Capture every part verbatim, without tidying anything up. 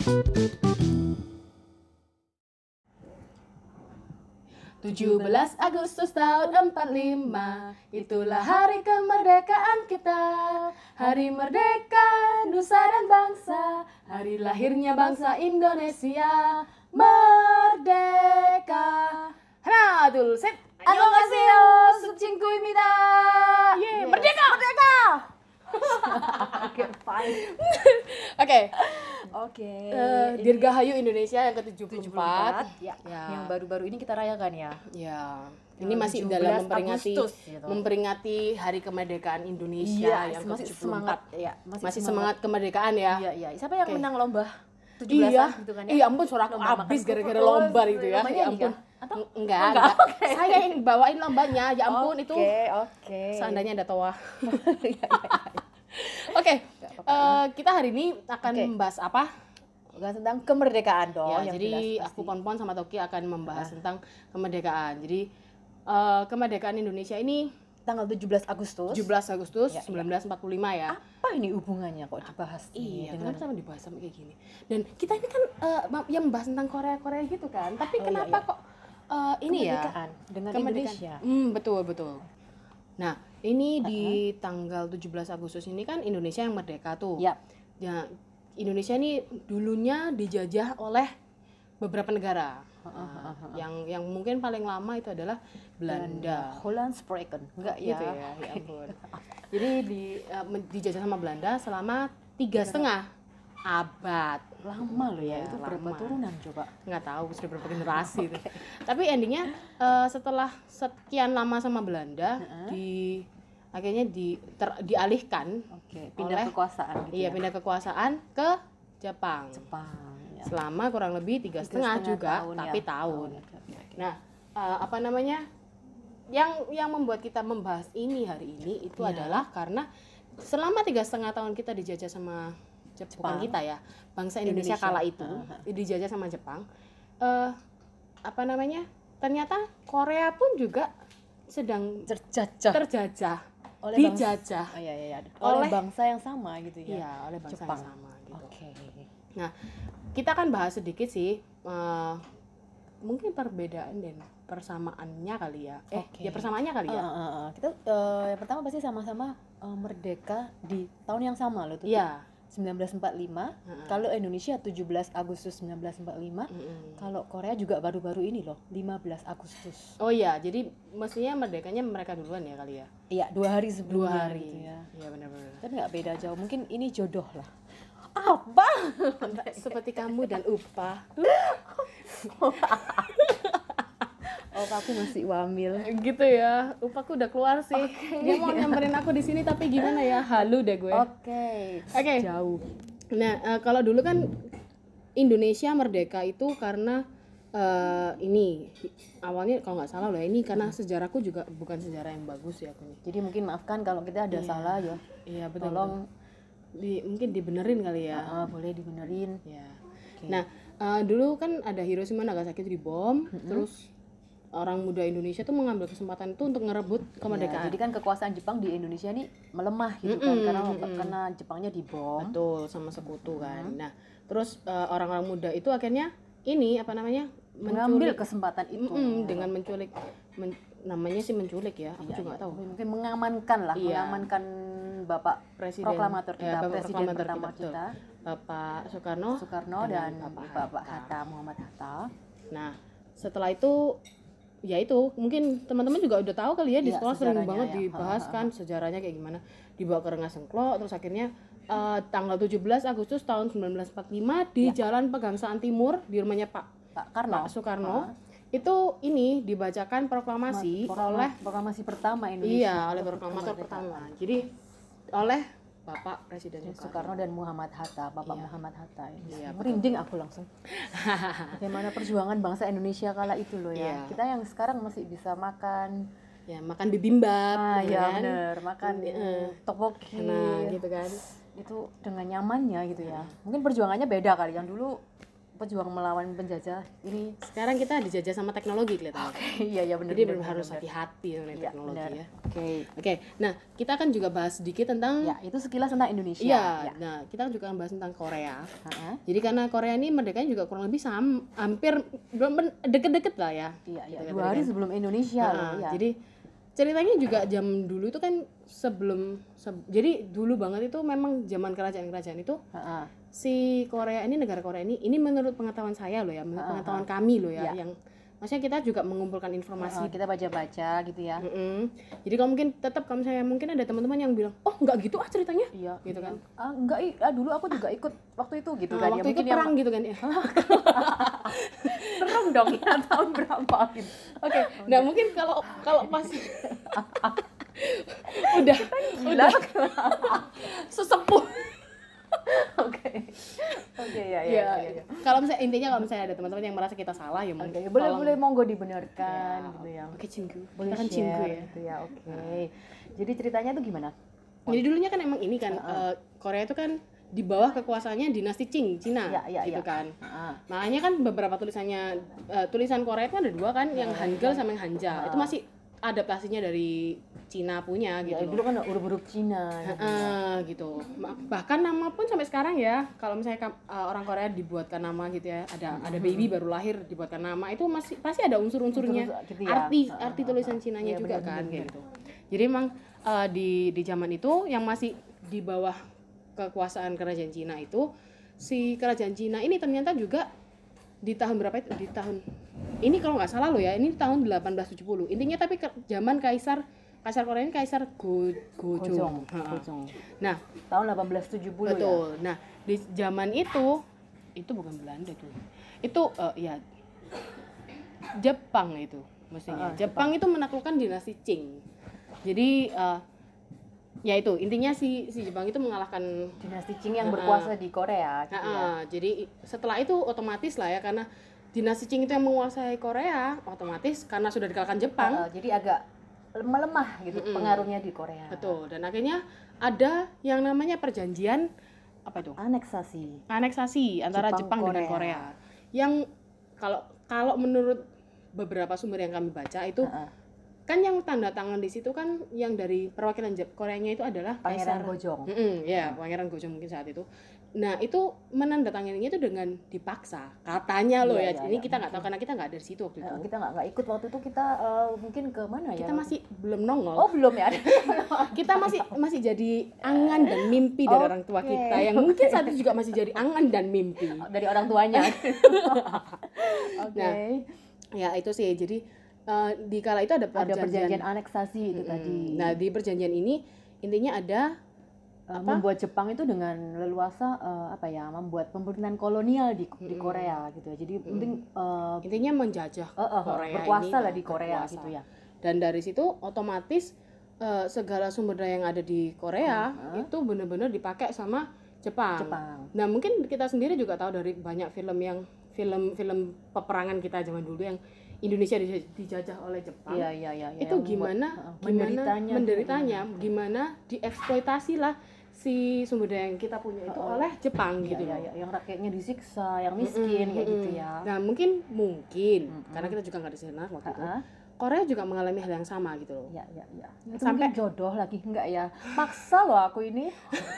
tujuh belas Agustus tahun empat puluh lima, itulah hari kemerdekaan kita. Hari merdeka, nusa dan bangsa, hari lahirnya bangsa Indonesia. Merdeka. Hana, dul, set. Annyeonghaseyo, Sukcingkuimida. Yeay, merdeka. Merdeka. Oke, fine. Oke. Oke. Eh, Dirgahayu Indonesia yang ke tujuh puluh empat. Ya. Ya. Yang baru-baru ini kita rayakan ya. Ya. Yang Ini masih tujuh dalam belas memperingati Agustus, gitu. memperingati Hari Kemerdekaan Indonesia Iya, yang ke masih tujuh puluh semangat empat. ya, Masih, masih semangat kemerdekaan ya. Iya, iya. Siapa yang Oke. menang lomba tujuh belasan Iya, gitu kan ya? iya ampun suara aku Lomba habis makan gara-gara kerupuk. lomba itu ya. Lombanya Ya ini ampun. kah? Atau? Enggak, Enggak, enggak. oke. Saya yang bawain lombanya. Ya ampun itu. Oke, oke. Seandainya ada toa. Iya, iya, iya. Oke. Nggak apa-apa, eh, kita hari ini akan Oke. membahas apa? Enggak tentang kemerdekaan dong. Ya, yang jadi jelas aku pasti. Ponpon sama Toki akan membahas Ah. tentang kemerdekaan. Jadi eh, kemerdekaan Indonesia ini tanggal tujuh belas Agustus. tujuh belas Agustus Ya, ya. seribu sembilan ratus empat puluh lima ya. Apa ini hubungannya kok dibahas nih Iya, dengan kenapa sama dibahas sama kayak gini? Dan kita ini kan eh, ma- yang membahas tentang Korea-Korea gitu kan. Tapi Oh, iya, kenapa iya. kok eh, ini ya? kemerdekaan dengan Kemerdekaan. Indonesia? Hmm, betul, betul. Nah, ini di tanggal tujuh belas Agustus ini kan Indonesia yang merdeka tuh. Ya. Ya, Indonesia ini dulunya dijajah oleh beberapa negara. Nah, yang yang mungkin paling lama itu adalah Belanda. Holland Spreken. Enggak Gitu ya. ya, ya ampun. Jadi di eh, men- dijajah sama Belanda selama tiga setengah abad. Lama loh ya. Iya, Itu berapa lama. turunan coba? Nggak tahu sudah berapa generasi itu. Tapi endingnya eh, setelah sekian lama sama Belanda Heeh. di akhirnya di ter- dialihkan Oke, pindah oleh- kekuasaan gitu iya ya. pindah kekuasaan ke Jepang. Jepang ya. Selama kurang lebih tiga Tiga setengah setengah juga, tahun ya. tapi tahun. Oke, oke, oke. Nah, eh, apa namanya? Yang yang membuat kita membahas ini hari ini itu Ya. adalah karena selama tiga setengah tahun kita dijajah sama Jep- bukan Jepang. kita ya, bangsa Indonesia, Indonesia. kala itu Aha. dijajah sama Jepang. Eh, apa namanya? Ternyata Korea pun juga sedang terjajah terjajah, oleh bangsa. dijajah, Oh, iya, iya, iya. Oleh, Oleh- bangsa yang sama gitu ya. iya, oleh bangsa Jepang. yang sama gitu. Oke. Nah, kita akan bahas sedikit sih, eh, mungkin perbedaan dan persamaannya kali ya. Eh, Oke. ya persamaannya kali ya. Eh, eh, eh. Kita eh, yang pertama pasti sama-sama eh, merdeka di tahun yang sama loh tuh. Iya. seribu sembilan ratus empat puluh lima. Heeh. Kalau Indonesia tujuh belas Agustus seribu sembilan ratus empat puluh lima. Mm-mm. Kalau Korea juga baru-baru ini loh, lima belas Agustus. Oh iya, jadi mestinya merdekanya mereka duluan ya kali ya. Iya, dua hari Dua sebelumnya hari. gitu ya. Iya benar-benar. Tapi nggak beda jauh, mungkin ini jodoh lah. Apa? Seperti kamu dan Upah. Oh, aku masih wamil. Gitu ya. Upahku udah keluar sih. Dia mau nyamperin aku di sini tapi gimana ya? Halu deh gue. Oke. Oke. Jauh. Nah, eh, kalau dulu kan Indonesia merdeka itu karena eh, ini awalnya kalau nggak salah loh, ini karena sejarahku juga bukan sejarah yang bagus ya aku nih. Jadi mungkin maafkan kalau kita ada Iya. salah ya. Iya betul. Tolong Di, mungkin dibenerin kali ya. ah, boleh dibenerin. Ya. Oke. Nah, eh, dulu kan ada Hiroshima Nagasaki itu dibom, terus orang muda Indonesia tuh mengambil kesempatan itu untuk ngerebut Ya, kemerdekaan. jadi kan kekuasaan Jepang di Indonesia ini melemah gitu kan Mm-mm, karena mm-mm. karena Jepangnya dibom. Betul, sama sekutu kan. Nah, terus eh, orang-orang muda itu akhirnya ini apa namanya? Mengambil menculik kesempatan itu. Mm-mm, dengan menculik men- namanya sih menculik ya. Aku Iya, juga nggak iya. tahu. Mungkin mengamankan lah, Iya. mengamankan Bapak Presiden proklamator ya, kita, Bapak presiden proklamator pertama betul. kita, Bapak Soekarno, Soekarno dan, dengan Bapak, Hatta, Muhammad Hatta. Nah, setelah itu ya itu mungkin teman-teman juga udah tahu kali ya di Iya, sekolah sering sejarahnya banget ya. dibahas Ha, ha, kan sejarahnya kayak gimana, dibawa ke Rengas Sengklo, terus akhirnya eh, tanggal tujuh belas Agustus tahun seribu sembilan ratus empat puluh lima di Jalan Pegangsaan Timur di rumahnya Pak Pak Karno. Pak Soekarno Ha. itu ini dibacakan proklamasi Proklama- oleh proklamasi pertama Indonesia. iya oleh untuk proklamator kemerdekaan. pertama, jadi oleh Bapak Presiden Soekarno Soekarno. dan Muhammad Hatta, Bapak Iya. Muhammad Hatta ini. Iya, betul. Merinding aku langsung. Bagaimana perjuangan bangsa Indonesia kala itu loh ya. Iya. Kita yang sekarang masih bisa makan, Ya makan bibimbap, ah ya ya kan? bener, makan Iya. tteokbokki. Nah gitu kan. Itu dengan nyamannya gitu ya. Mungkin perjuangannya beda kali. Yang dulu pejuang melawan penjajah ini. Sekarang kita dijajah sama teknologi kelihatannya. Iya iya benar. Jadi benar harus hati-hati dengan Iya, teknologi benar. ya. Oke. Oke, nah kita akan juga bahas sedikit tentang Ya, itu sekilas tentang Indonesia. Iya, Ya. nah kita juga akan bahas tentang Korea. Heeh. Jadi karena Korea ini merdekanya juga kurang lebih sam, hampir belum ben- deket-deket lah ya. Iya, iya. Gitu, Dua hari kan. sebelum Indonesia Nah, loh ya. Jadi ceritanya juga jam dulu itu kan sebelum se- jadi dulu banget itu memang zaman kerajaan-kerajaan itu Heeh. si Korea ini, negara Korea ini ini menurut pengetahuan saya loh ya, menurut Ha, ha, pengetahuan kami loh ya, Iya. yang maksudnya kita juga mengumpulkan informasi. Heeh, kita baca-baca gitu ya. Mm-mm. Jadi kalau mungkin tetap kalau misalnya mungkin ada teman-teman yang bilang, oh nggak gitu ah ceritanya, Iya, gitu kan. Ah, enggak, i- ah, dulu aku juga ikut waktu itu gitu Nah, kan. waktu ya, itu mungkin yang perang gitu kan ya. serem dong ya tahun berapa gitu. Oke, nah mungkin kalau kalau pas udah Gila. sesepuh. Oke. Oke ya ya. Ya, ya, ya. kalau misalnya intinya kalau misalnya ada teman-teman yang merasa kita salah ya mungkin Oke, boleh tolong- boleh monggo dibenarkan Ya, gitu ya. Oke, cinggu. Boleh Kita kan share cinggu ya. gitu ya. Oke. Jadi ceritanya tuh gimana? Jadi dulunya kan emang ini kan Heeh. eh, Korea itu kan di bawah kekuasaannya dinasti Qing, Cina, Ya, ya, gitu ya. kan. Heeh. Makanya kan beberapa tulisannya eh, tulisan Korea itu ada dua kan, yang Hangul sama yang Hanja. Itu masih adaptasinya dari Cina punya Ya, gitu. dulu kan huruf-huruf Cina gitu. Heeh, gitu. Ma- Bahkan nama pun sampai sekarang ya, kalau misalnya kam- uh, orang Korea dibuatkan nama gitu ya, ada ada baby baru lahir dibuatkan nama, itu masih pasti ada unsur-unsurnya, Unsur-unsur gitu ya. arti Heeh, arti tulisan Cinanya Iya, juga benar, kan benar, kayak benar. gitu. Jadi emang uh, di di zaman itu yang masih di bawah kekuasaan kerajaan Cina itu, si kerajaan Cina ini ternyata juga di tahun berapa itu? Di tahun ini kalau nggak salah loh ya, ini tahun delapan belas tujuh puluh. Intinya tapi ke, zaman Kaisar Kaisar Korea ini Kaisar Go, Gojong. Gojong. Ha-ha. Gojong. Nah, Tahun delapan belas tujuh puluh ya. betul. Nah, di zaman itu itu bukan Belanda tuh. Itu eh, ya Jepang itu mestinya. Ah, ah, Jepang, itu menaklukkan dinasti Qing. Jadi eh, ya itu intinya si si Jepang itu mengalahkan. Dinasti Qing yang Ah, berkuasa di Korea gitu Nah, ya. eh, jadi setelah itu otomatis lah ya, karena dinasti Qing itu yang menguasai Korea, otomatis karena sudah dikalahkan Jepang. Heeh, jadi agak melemah gitu Mm-mm. pengaruhnya di Korea. Betul. Dan akhirnya ada yang namanya perjanjian apa itu? Aneksasi. Aneksasi antara Jepang, Jepang, dengan Korea. Korea. Yang kalau kalau menurut beberapa sumber yang kami baca itu Heeh. kan yang tanda tangan di situ kan yang dari perwakilan Jep- Koreanya itu adalah Pangeran Kaisar Gojong. Mm-mm, ya, Pangeran Gojong mungkin saat itu. Nah, itu menandatanganinya itu dengan dipaksa. Katanya loh Iya, ya. iya, Ini iya, kita nggak tahu karena kita nggak ada di situ waktu itu. Eh, kita nggak nggak ikut waktu itu, kita eh, mungkin ke mana ya? Kita masih belum nongol. Oh belum ya. Kita masih masih jadi angan dan mimpi dari orang tua Oke. kita yang mungkin saat itu juga masih jadi angan dan mimpi. Dari orang tuanya. Oke. Nah, Ya itu sih. Jadi eh, di kala itu ada Ada perjanjian. perjanjian aneksasi itu Mm-mm. tadi. Nah, di perjanjian ini intinya ada Eh, apa? membuat Jepang itu dengan leluasa eh, apa ya, membuat pemerintahan kolonial di di Mm-mm. Korea gitu ya. Jadi penting eh, intinya menjajah eh, eh, Korea berkuasa ini, lah di Korea berkuasa. gitu ya. Dan dari situ otomatis eh, segala sumber daya yang ada di Korea Hmm. itu benar-benar dipakai sama Jepang. Jepang. Nah, mungkin kita sendiri juga tahu dari banyak film yang film-film peperangan kita zaman dulu yang Indonesia dij- dijajah oleh Jepang. Iya iya iya. iya, Itu yang membuat- gimana eh, gimana menderitanya menderitanya, gimana dieksploitasi lah si sumber daya yang kita punya itu Oh, oleh Jepang Iya, gitu iya, loh. iya, yang rakyatnya disiksa, yang miskin kayak gitu Mm-mm. ya. Nah, mungkin mungkin Mm-mm. karena kita juga nggak di sana waktu itu. Heeh. Korea juga mengalami hal yang sama gitu loh. Ya, ya, ya. Itu Sampai- mungkin jodoh lagi enggak ya? Maksa loh aku ini.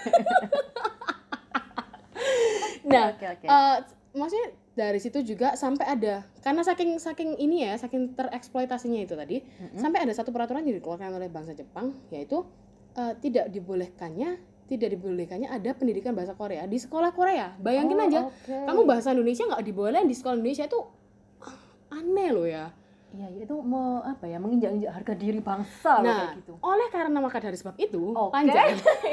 Nah, Oke, oke. eh, maksudnya dari situ juga sampai ada karena saking saking ini ya, saking tereksploitasinya itu tadi, Mm-mm. sampai ada satu peraturan yang dikeluarkan oleh bangsa Jepang, yaitu eh, tidak dibolehkannya tidak dibolehkannya ada pendidikan bahasa Korea di sekolah Korea. Bayangin Oh, aja, oke. kamu bahasa Indonesia nggak dibolehin di sekolah Indonesia itu ah, aneh loh ya. Iya, ya, itu mau apa ya? Menginjak-injak harga diri bangsa loh Nah, kayak gitu. oleh karena maka dari sebab itu Oke. panjang.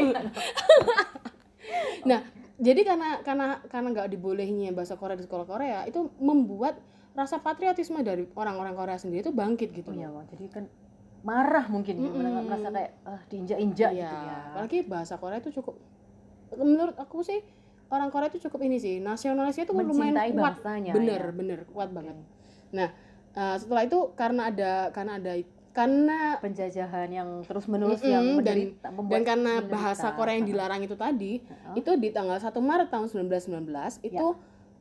Nah, jadi karena karena karena nggak dibolehinnya bahasa Korea di sekolah Korea itu membuat rasa patriotisme dari orang-orang Korea sendiri itu bangkit gitu. Oh iya, loh. Wak. Jadi kan marah mungkin Mm-mm. mereka merasa kayak ah, diinjak-injak Iya, gitu ya. apalagi bahasa Korea itu cukup, menurut aku sih orang Korea itu cukup ini sih, nasionalisnya itu lumayan Mencintai kuat, bangsanya, bener ya. bener kuat Oke. banget. Nah, eh, setelah itu karena ada karena ada karena Penjajahan yang terus-menerus Mm-mm, yang dan- menderita, dan membuat karena menderita. bahasa Korea yang Heeh. dilarang itu tadi, Heeh. itu di tanggal satu Maret tahun seribu sembilan ratus sembilan belas itu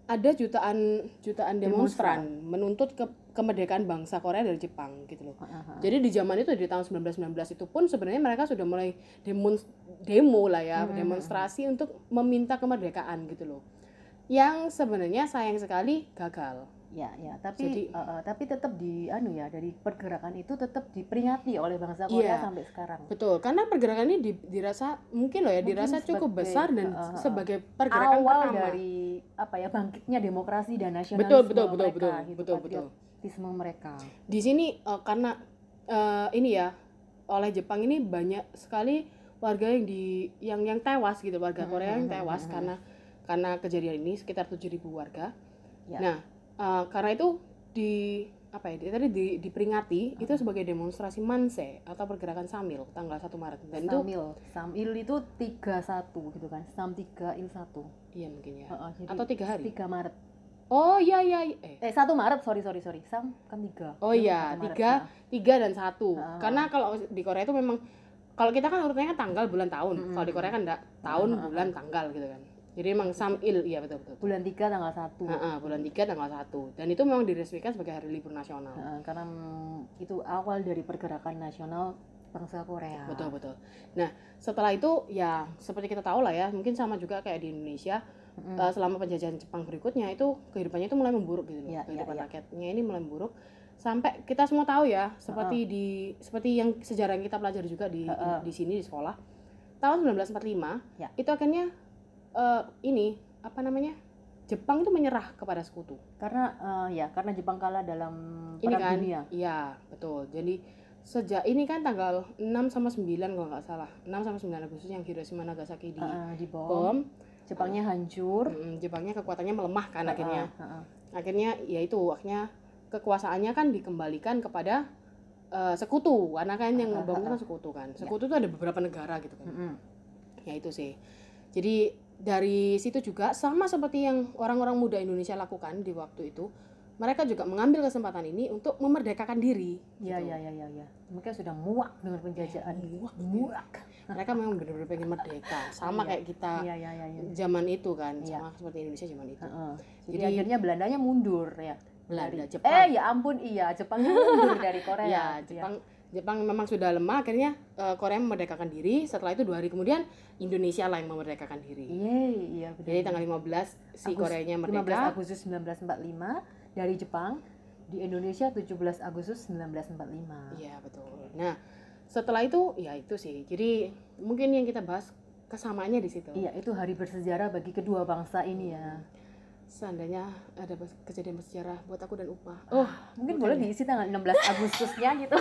ada jutaan jutaan demonstran, demonstran menuntut ke, kemerdekaan bangsa Korea dari Jepang gitu loh. Uh-huh. Jadi di zaman itu di tahun sembilan belas sembilan belas itu pun sebenarnya mereka sudah mulai demo demo lah ya, uh-huh. demonstrasi untuk meminta kemerdekaan gitu loh. Yang sebenarnya sayang sekali gagal. Ya, ya, tapi Jadi, uh, uh, tapi tetap di anu ya, dari pergerakan itu tetap diperingati oleh bangsa Korea iya, sampai sekarang. Betul, karena pergerakan ini di, dirasa mungkin loh ya, mungkin dirasa sebagai, cukup besar dan uh, uh, sebagai pergerakan awal pertama dari apa ya, bangkitnya demokrasi dan nasionalisme betul, betul, betul, mereka, betul, gitu, betul, betul, patriotisme mereka. Di sini uh, karena uh, ini ya, oleh Jepang ini banyak sekali warga yang di yang yang tewas gitu, warga Korea yang tewas hmm, karena karena kejadian ini sekitar tujuh ribu warga. Ya. Nah, Uh, karena itu di apa ya tadi di, diperingati uh-huh. itu sebagai demonstrasi Manse atau pergerakan Samil tanggal satu Maret dan Samil itu Samil itu tiga satu gitu kan, Sam tiga Il satu iya mungkin ya uh-uh, jadi atau tiga hari tiga Maret oh iya iya eh eh satu Maret sorry sorry sorry Sam kan tiga oh iya tiga tiga dan satu uh-huh. karena kalau di Korea itu memang kalau kita kan urutnya kan tanggal bulan tahun uh-huh. kalau di Korea kan enggak tahun uh-huh. bulan tanggal gitu kan. Jadi memang Samil, iya betul betul. Bulan tiga tanggal satu. Heeh, bulan tiga tanggal satu. Dan itu memang diresmikan sebagai hari libur nasional. Heeh, karena itu awal dari pergerakan nasional bangsa Korea. Betul betul. Nah, setelah itu ya seperti kita tahu lah ya, mungkin sama juga kayak di Indonesia. Mm. Uh, selama penjajahan Jepang berikutnya itu kehidupannya itu mulai memburuk gitu loh. Ya, kehidupan ya, ya. rakyatnya ini mulai memburuk. Sampai kita semua tahu ya, seperti uh-uh. di seperti yang sejarah yang kita pelajari juga di uh-uh. di, di sini di sekolah. Tahun sembilan belas empat puluh lima ya. Itu akhirnya Uh, ini apa namanya Jepang itu menyerah kepada sekutu karena uh, ya karena Jepang kalah dalam ini perang kan, dunia. Iya betul. Jadi sejak ini kan tanggal enam sama sembilan kalau nggak salah enam sama sembilan Agustus yang Hiroshima Nagasaki di uh, di bom, bom. Jepangnya hancur. Uh, Jepangnya kekuatannya melemah kan uh, akhirnya. Uh, uh, uh. Akhirnya ya itu akhirnya kekuasaannya kan dikembalikan kepada uh, sekutu. Karena kan yang ngebom itu kan sekutu kan. Sekutu itu ya. Ada beberapa negara gitu kan. Uh, uh. Ya itu sih. Jadi dari situ juga sama seperti yang orang-orang muda Indonesia lakukan di waktu itu, mereka juga mengambil kesempatan ini untuk memerdekakan diri. Ya, gitu. ya, ya, ya, ya. Mereka sudah muak dengan penjajahan. Muak, muak. Mereka memang benar-benar pengen merdeka, sama ya. kayak kita ya, ya, ya, ya. zaman itu kan, ya. sama seperti Indonesia zaman itu. Uh-uh. Jadi, Jadi akhirnya Belandanya mundur ya. Belanda, dari, Jepang. Eh ya ampun iya, Jepangnya mundur dari Korea. Ya, Jepang. Ya. Jepang memang sudah lemah, akhirnya uh, Korea memerdekakan diri. Setelah itu dua hari kemudian Indonesia lah yang memerdekakan diri. Iya, iya betul. Jadi tanggal lima belas si Agus, Koreanya merdeka. lima belas Agustus sembilan belas empat puluh lima dari Jepang, di Indonesia tujuh belas Agustus sembilan belas empat puluh lima. Iya, betul. Nah, setelah itu ya itu sih. Jadi mungkin yang kita bahas kesamaannya di situ. Iya, itu hari bersejarah bagi kedua bangsa ini ya. Seandainya ada kejadian bersejarah buat aku dan Upa. Oh, ah, mungkin boleh diisi tanggal enam belas Agustusnya gitu.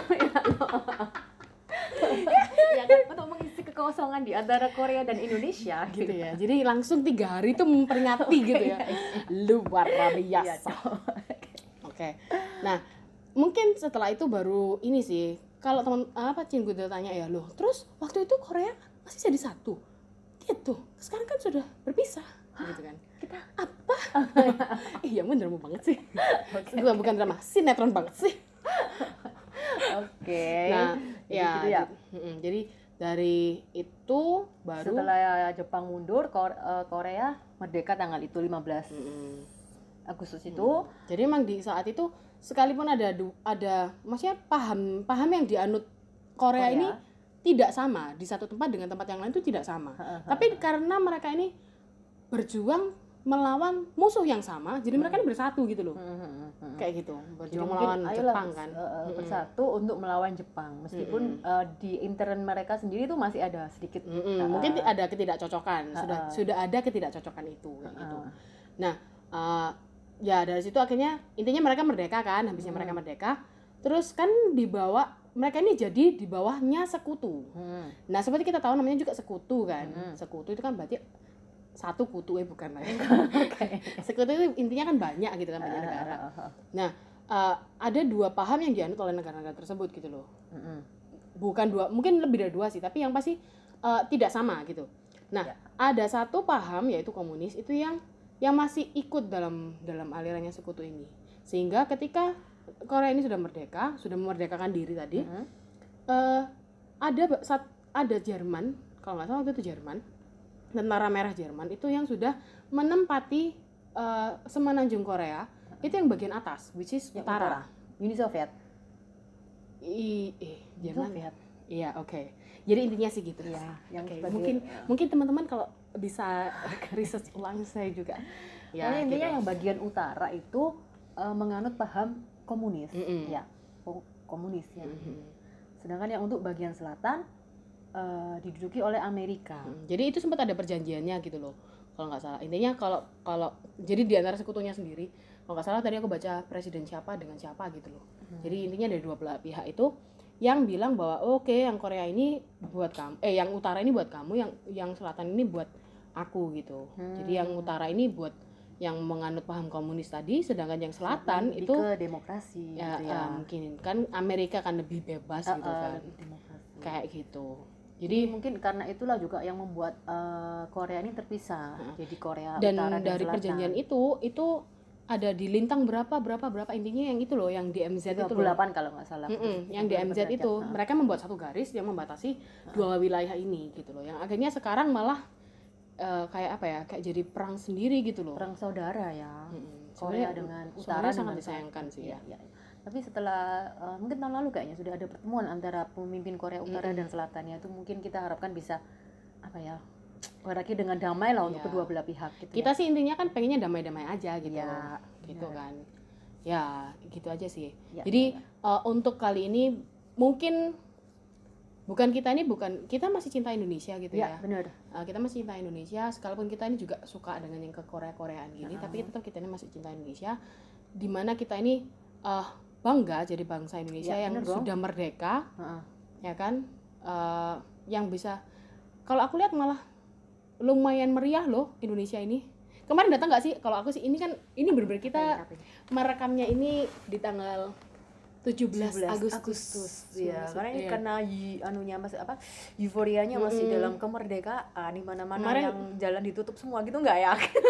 Ya kan, untuk mengisi kekosongan di antara Korea dan Indonesia gitu, gitu ya. Jadi langsung tiga hari itu memperingati gitu ya. Luar biasa. Oke. Nah, mungkin setelah itu baru ini sih. Kalau teman apa Cin gue tanya ya, loh, terus waktu itu Korea masih jadi satu. Gitu. Sekarang kan sudah berpisah. Gitu kan. Kita apa? Iya bener mau banget sih. Okay. Gue bukan drama, sinetron banget sih. Oke. Okay. Nah, jadi ya, gitu ya. Jadi, jadi dari itu baru setelah Jepang mundur, Korea merdeka tanggal itu lima belas mm-hmm. Agustus itu. Mm-hmm. Jadi memang di saat itu sekalipun ada ada maksudnya paham paham yang dianut Korea, Korea ini tidak sama di satu tempat dengan tempat yang lain itu tidak sama. Tapi karena mereka ini berjuang melawan musuh yang sama, jadi mereka ini bersatu gitu loh. Hmm, hmm, hmm. Kayak gitu, berjuang melawan Jepang kan. Uh, bersatu hmm. untuk melawan Jepang, meskipun hmm. uh, di intern mereka sendiri tuh masih ada sedikit. Hmm, uh, mungkin ada ketidakcocokan, uh, sudah uh, sudah ada ketidakcocokan itu. Uh, gitu. Nah, uh, ya dari situ akhirnya intinya mereka merdeka kan, habisnya hmm. mereka merdeka, terus kan dibawa mereka ini jadi di bawahnya sekutu. Hmm. Nah, seperti kita tahu namanya juga sekutu kan. Hmm. Sekutu itu kan berarti satu kutu eh bukan lah. Okay. Sekutu itu intinya kan banyak gitu kan, banyak negara. Nah, uh, ada dua paham yang dianut oleh negara-negara tersebut gitu loh. Mm-hmm. Bukan dua, mungkin lebih dari dua sih, tapi yang pasti uh, tidak sama gitu. Nah, yeah. ada satu paham yaitu komunis itu yang yang masih ikut dalam dalam alirannya sekutu ini. Sehingga ketika Korea ini sudah merdeka, sudah memerdekakan diri tadi, mm-hmm. uh, ada ada Jerman, kalau nggak salah waktu itu Jerman. Tentara Merah Jerman itu yang sudah menempati uh, semenanjung Korea itu yang bagian atas, which is Yang utara. utara. Uni Soviet. I, eh, Uni Jerman. Soviet. Iya, oke. Jadi intinya sih gitu. Iya, yang Oke, sebagai- mungkin ya. mungkin teman-teman kalau bisa research ulang saya juga. Ya, intinya gitu. yang bagian utara itu uh, menganut paham komunis. Mm-mm. Ya, ko- komunis ya. Mhm. Sedangkan yang untuk bagian selatan uh, diduduki oleh Amerika. Hmm, Jadi itu sempat ada perjanjiannya gitu loh, kalau nggak salah. Intinya kalau kalau jadi di antara sekutunya sendiri, kalau nggak salah tadi aku baca presiden siapa dengan siapa gitu loh. Hmm. Jadi intinya dari dua belah pihak itu yang bilang bahwa oke okay, yang Korea ini buat kamu, eh yang utara ini buat kamu, yang yang selatan ini buat aku gitu. Hmm. Jadi yang utara ini buat yang menganut paham komunis tadi, sedangkan yang selatan Lebih itu ke demokrasi ya, gitu ya. eh, mungkin kan Amerika kan lebih bebas Uh, gitu uh, kan, lebih demokrasi. kayak gitu. Jadi Jadi mungkin karena itulah juga yang membuat uh, Korea ini terpisah. Uh-uh. Jadi Korea dan Utara dan dari Selatan. perjanjian itu itu ada di lintang berapa berapa berapa intinya yang itu loh, yang di M Z itu tiga puluh loh. delapan kalau nggak salah. Mm-mm, yang di M Z itu Nah. mereka membuat satu garis yang membatasi dua wilayah ini gitu loh, yang akhirnya sekarang malah uh, kayak apa ya, kayak jadi perang sendiri gitu loh. Perang saudara ya. Mm-mm. Korea Sebenarnya- dengan sebenarnya utara sangat dengan disayangkan selatan. sih ya. Iya, iya. Tapi setelah uh, mungkin tahun lalu kayaknya sudah ada pertemuan antara pemimpin Korea Utara Mm-mm. dan Selatannya itu mungkin kita harapkan bisa apa ya berakhir dengan damai lah untuk Iya. kedua belah pihak gitu. Kita ya. sih intinya kan pengennya damai-damai aja gitu Iya, gitu benar. kan ya, gitu aja sih. Ya, Jadi ya, uh, untuk kali ini mungkin bukan kita ini bukan kita masih cinta Indonesia gitu ya, ya. benar. Uh, kita masih cinta Indonesia, sekalipun kita ini juga suka dengan yang ke Korea-Koreaan gini, Uh-huh. tapi tetap kita ini masih cinta Indonesia, dimana kita ini uh, bangga jadi bangsa Indonesia Ya, yang bener dong. sudah merdeka, Uh-uh. ya kan, uh, yang bisa, kalau aku lihat malah lumayan meriah loh Indonesia ini. Kemarin datang nggak sih? Kalau aku sih ini kan ini bener-bener kita Apa ini? merekamnya ini di tanggal tujuh belas Agustus. Agustus. Iya, karena ini Iya. karena y- anunya masih apa? Euforianya masih Mm-mm. dalam kemerdekaan, di mana-mana Kemarin- yang jalan ditutup semua gitu nggak ya?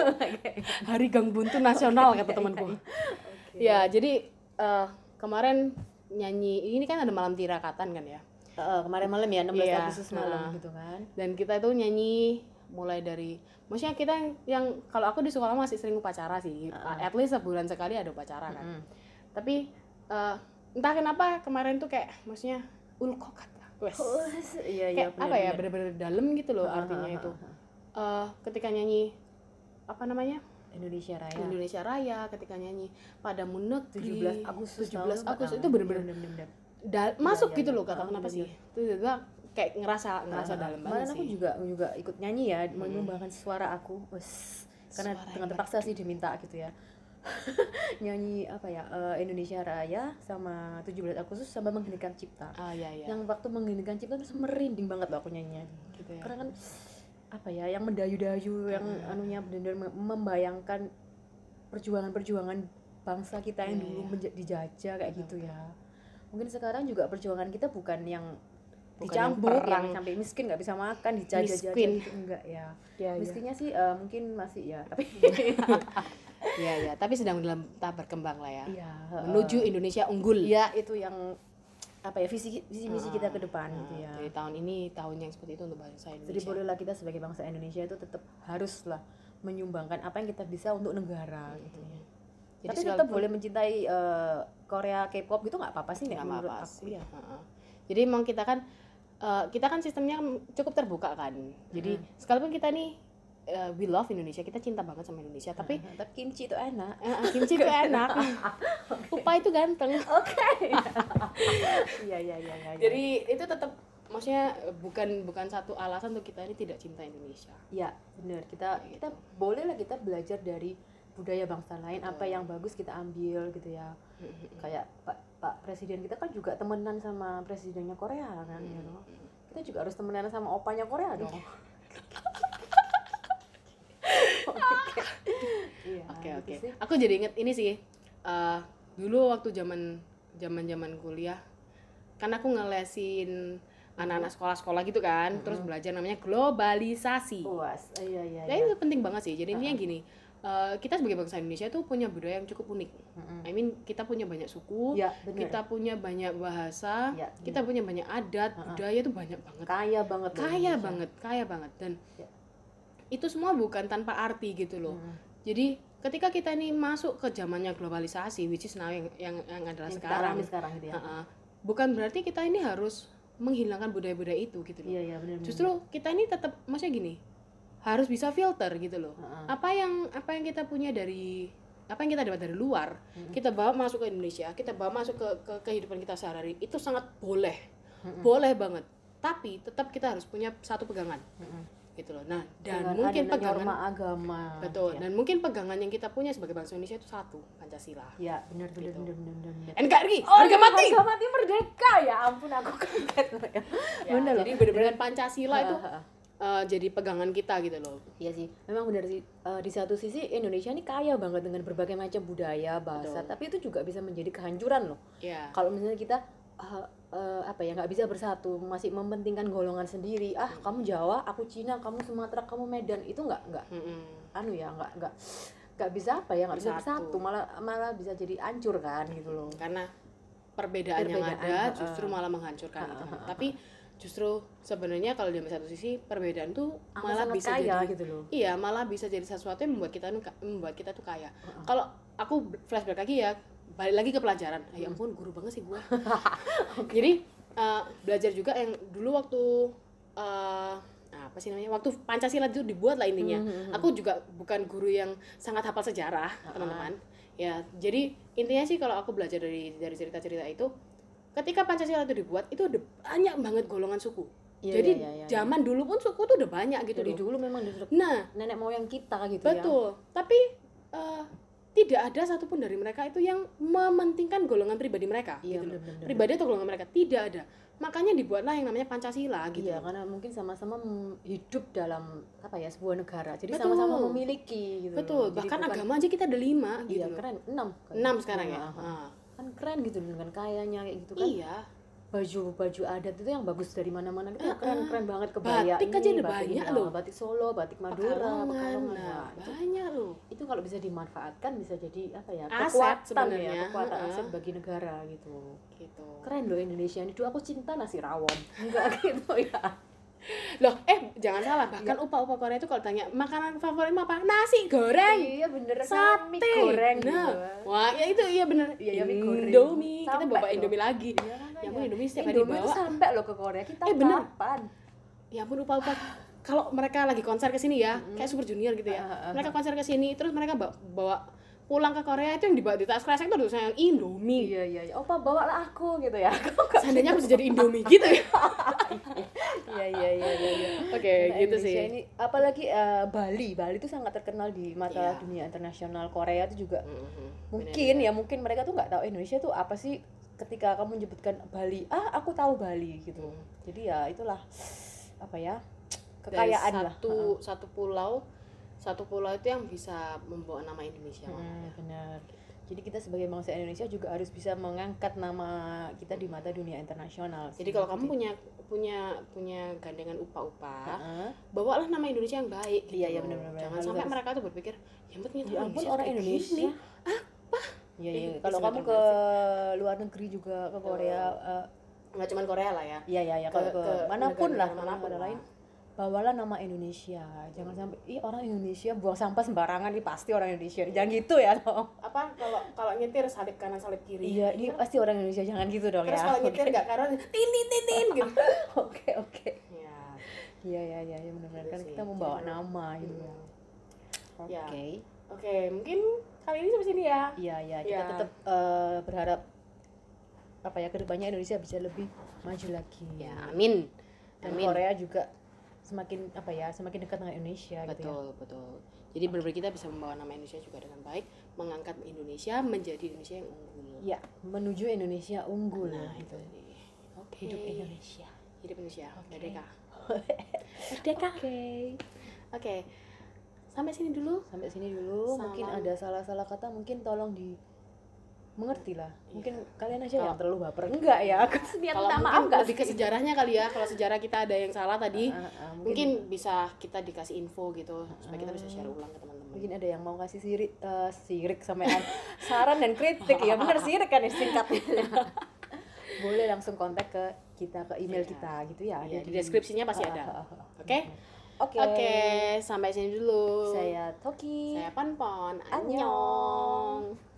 Hari Gang Buntu Nasional kata Iya, temanku. iya. Oke. Ya, jadi eh, kemarin nyanyi ini kan ada malam tirakatan kan ya. Eh, kemarin malam ya, enam belas Iya, Agustus malam nah. gitu kan. Dan kita itu nyanyi mulai dari, maksudnya kita yang, yang kalau aku di sekolah masih sering upacara sih. Uh-uh. At least sebulan sekali ada upacara kan. Mm-mm. Tapi eh, entah kenapa kemarin tuh kayak maksudnya ulkokat. Wes. Iya, iya, Kayak apa ya, bener-bener dalam gitu loh artinya itu. Eh, ketika nyanyi apa namanya? Indonesia Raya. Indonesia Raya, ketika nyanyi Padamu Negeri tujuh belas Agustus tujuh belas tahu, Agustus Mbak? itu bener-bener Iya, bener-bener. da- masuk iya, gitu iya. loh, kata Ah, kenapa bener. sih? Itu juga kayak ngerasa ngerasa Ah, dalam kemarin banget aku sih. juga juga ikut nyanyi ya, menyumbangkan suara aku. Wes, karena Suara dengan yang terpaksa sih diminta gitu ya. Nyanyi apa ya? eh, Indonesia Raya sama tujuh belas Agustus sama Mengheningkan Cipta. Ah iya iya. Yang waktu Mengheningkan Cipta terus merinding banget loh aku nyanyinya. Gitu ya. Karena kan apa ya, yang mendayu-dayu, yang Hmm. anunya benar-benar mem- membayangkan perjuangan-perjuangan bangsa kita yang Iya, dulu iya. menja- dijajah kayak gitu Betul. ya. Mungkin sekarang juga perjuangan kita bukan yang Bukan dicambuk, yang yang, perang. sampai miskin nggak bisa makan, dijajah-jajah Miskin. gitu, enggak ya. Iya iya. Mestinya sih eh, mungkin masih ya, tapi Iya iya, tapi sedang dalam tahap berkembang lah ya. iya, Menuju Indonesia unggul. ya itu yang apa ya, visi visi misi kita ke depan Nah, gitu ya. Jadi tahun ini tahun yang seperti itu untuk bangsa Jadi Indonesia. bolehlah kita sebagai bangsa Indonesia itu tetap haruslah menyumbangkan apa yang kita bisa untuk negara gitu ya. Jadi Tapi tetap sekalipun- boleh mencintai eh, Korea K-pop gitu nggak apa-apa sih, nggak nek menurut apa-apa aku sih. ya. Heeh. Jadi emang kita kan eh, kita kan sistemnya cukup terbuka kan. Jadi Hmm. sekalipun kita nih eh, we love Indonesia, kita cinta banget sama Indonesia, tapi Tapi tapi kimchi itu enak. eh, eh, kimchi itu enak. Upa itu ganteng. Iya iya iya iya. Jadi itu tetap maksudnya eh, bukan bukan satu alasan untuk kita ini tidak cinta Indonesia. ya benar, kita kita boleh lah kita belajar dari budaya bangsa lain, apa yang bagus kita ambil gitu ya. Kayak Pak Pak Presiden kita kan juga temenan sama presidennya Korea kan, you know. Kita juga harus temenan sama opanya Korea dong. Iya, Oke gitu oke. sih. Aku jadi inget ini sih. eh, dulu waktu zaman zaman zaman kuliah, kan aku ngelesin anak-anak sekolah-sekolah gitu kan, terus belajar namanya globalisasi. Puas. Iya iya Ya iya. itu penting banget sih. Jadi intinya gini, eh, kita sebagai bangsa Indonesia tuh punya budaya yang cukup unik. Mm-mm. I mean kita punya banyak suku, Ya, benar. kita punya banyak bahasa, Ya, kita punya banyak adat, budaya tuh banyak banget. Kaya banget loh Kaya Indonesia. banget, kaya banget dan Ya. itu semua bukan tanpa arti gitu loh. Mm. Jadi ketika kita ini masuk ke zamannya globalisasi, which is now yang yang, yang adalah Yang kita sekarang, alami sekarang gitu ya. uh-uh, bukan berarti kita ini harus menghilangkan budaya-budaya itu gitu loh. Iya iya benar. Justru kita ini tetap maksudnya gini, harus bisa filter gitu loh. Uh-uh. Apa yang apa yang kita punya dari apa yang kita dapat dari luar, uh-uh. kita bawa masuk ke Indonesia, kita bawa masuk ke, ke kehidupan kita sehari-hari, itu sangat boleh. Uh-uh. Boleh banget. Tapi tetap kita harus punya satu pegangan. Uh-uh. Gitu loh. Nah, dan dengan mungkin pegangan norma agama. Betul. Ya. Dan mungkin pegangan yang kita punya sebagai bangsa Indonesia itu satu, Pancasila. Ya, benar benar Gitu. benar benar benar. N K R I, Oh, harga mati. Harga mati merdeka. Ya ampun aku kaget loh ya. Ya, Benar loh. jadi benar-benar Pancasila itu Ha, ha, ha. uh, jadi pegangan kita gitu loh. Iya sih, memang benar sih. Uh, di satu sisi Indonesia ini kaya banget dengan berbagai macam budaya, bahasa, Betul. tapi itu juga bisa menjadi kehancuran loh. Iya. Kalau misalnya kita uh, uh, apa ya nggak bisa bersatu, masih mementingkan golongan sendiri. Ah, kamu Jawa, aku Cina, kamu Sumatera, kamu Medan, itu nggak nggak Mm-mm. anu ya nggak nggak nggak bisa apa ya nggak bisa Bersatu. bersatu, malah malah bisa jadi hancur kan gitu loh. Karena perbedaan, yang Perbedaan, ada ha-ha. justru malah menghancurkan Ha-ha, gitu. ha-ha. Tapi justru sebenarnya kalau di satu sisi perbedaan tuh Amat malah sangat bisa kaya jadi gitu loh. iya malah bisa jadi sesuatu yang membuat kita membuat kita tuh kaya. Ha-ha. Kalau aku flashback lagi ya, balik lagi ke pelajaran. Ya ampun, guru banget sih gue. Jadi uh, belajar juga yang dulu waktu uh, apa sih namanya, waktu Pancasila itu dibuat lah intinya. Hmm. Aku juga bukan guru yang sangat hafal sejarah, teman-teman. Ya, jadi intinya sih kalau aku belajar dari dari cerita-cerita itu, ketika Pancasila itu dibuat itu udah banyak banget golongan suku. Iya, Jadi iya, iya, iya. zaman dulu pun suku tuh udah banyak gitu Dari loh. dulu memang dulu Nah, nenek moyang kita gitu ya. betul. Tapi uh, tidak ada satupun dari mereka itu yang mementingkan golongan pribadi mereka. Iya, gitu loh. benar-benar. Pribadi atau golongan mereka tidak ada. Makanya dibuatlah yang namanya Pancasila gitu. Iya, karena mungkin sama-sama mem- hidup dalam apa ya sebuah negara. Jadi Betul. sama-sama memiliki gitu. Betul. Jadi Bahkan bukan- agama aja kita ada lima gitu. Iya, loh. keren. Enam. kan? Enam sekarang ya. Nah, Ah. kan keren gitu dengan kayanya kayak gitu kan. Iya. Baju baju adat itu yang bagus dari mana-mana itu Uh-uh. keren keren banget kebaya Batik ini, aja ada batik banyak ini, loh. ah, batik Solo, batik Madura, Pekalongan. Pekalongan. Nah, Wah, itu, banyak loh. itu kalau bisa dimanfaatkan bisa jadi apa ya? Aset Kekuatan sebenarnya. ya, kekuatan Uh-uh. aset bagi negara gitu. Gitu. Keren loh Indonesia ini. Duh, aku cinta nasi rawon. Enggak gitu ya. Loh, eh jangan salah, bahkan upa-upa Korea itu kalau tanya makanan favoritmu apa? Nasi goreng. Iya bener kan Sate mie goreng nah, gitu. wah ya itu iya bener. Iya, ya, mie goreng. Indomie, kita Sampai bawa loh. Indomie lagi. Iya, kan, Ya ya. ampun, Indomie setiap hari Indomie itu dibawa. sampai loh ke Korea. Kita Eh, bener. kapan? Ya ampun, upa-upa kalau mereka lagi konser ke sini ya, kayak Super Junior gitu ya. Ah, ah, ah. Mereka konser ke sini terus mereka bawa, bawa pulang ke Korea itu yang dibawa di tas kresek itu tulisannya Indomie. Iya iya iya. Opa bawalah aku gitu ya. Seandainya aku bisa jadi Indomie gitu ya. Iya iya iya iya. iya. Oke, Karena gitu Indonesia sih. ini apalagi eh, Bali. Bali itu sangat terkenal di mata Iya. dunia internasional. Korea itu juga Mhm, mungkin benar-benar. ya mungkin mereka tuh nggak tahu Indonesia tuh apa sih ketika kamu menyebutkan Bali. Ah, aku tahu Bali gitu. Hmm. Jadi ya itulah apa ya? Dari Kekayaan lah. satu satu pulau satu pulau itu yang bisa membawa nama Indonesia. Hmm, makanya. benar. Jadi kita sebagai bangsa Indonesia juga harus bisa mengangkat nama kita di mata dunia internasional. Jadi kalau kamu punya punya punya gandengan upa-upa, Heeh. bawalah nama Indonesia yang baik gitu. Iya, iya, loh. benar-benar. Jangan Harus- sampai harus. mereka tuh berpikir, ya ampun ternyata Ya ampun Indonesia orang kayak Indonesia. gini." Iya iya. Ih, Kalau itu kamu ke sebenarnya luar negeri juga ke Korea, eh, Nggak cuma Korea lah ya. iya iya ya kalau Ke- ke, ke manapun lah, negara-negara manapun negara lah. lain, bawalah nama Indonesia. Jangan sampai ih orang Indonesia buang sampah sembarangan, nih pasti orang Indonesia. Jangan gitu ya dong. Apa kalau kalau nyetir salib kanan salib kiri. Iya, ini pasti orang Indonesia. Jangan gitu dong Terus ya. kalau nyetir nggak karuan tin tin tin tin gitu. Oke oke. Ya. Iya iya iya ya, benar-benar Gitu kan sih. kita membawa Jadi, nama gitu ya. Oke. Ya. Oke, mungkin kali ini sampai sini ya. Iya iya kita Ya. tetap eh, berharap apa ya kedepannya Indonesia bisa lebih maju lagi. Ya, amin. Dan Amin. Korea juga semakin apa ya semakin dekat dengan Indonesia gitu ya. Betul, betul. Jadi benar-benar kita bisa membawa nama Indonesia juga dengan baik, mengangkat Indonesia menjadi Indonesia yang unggul. Ya, menuju Indonesia unggul. Nah, gitu. itu tadi. Oke. Hidup Indonesia. Hidup Indonesia. Merdeka. Merdeka. Oke. Oke. Sampai sini dulu. Sampai sini dulu. Salam. Mungkin ada salah-salah kata, mungkin tolong di mengerti lah. Mungkin kalian aja Kalau- yang terlalu baper. Enggak ya. Aku niat Kalau minta mungkin maaf enggak lebih ke sejarahnya kali ya. Kalau sejarah kita ada yang salah tadi, Ah, ah, mungkin bisa kita dikasih info gitu supaya kita bisa share ulang ke teman-teman. mungkin ada yang mau kasih sirik eh, sirik sampai saran dan kritik ya bener sirik kan ya singkatnya. Boleh langsung kontak ke kita ke email Iya. kita gitu ya. Iya, Ada di deskripsinya pasti ada. Ah, ah, ah, ah. Oke? Oke. Oke, sampai sini dulu. Saya Toki. Saya Ponpon. Annyeong. Annyeong.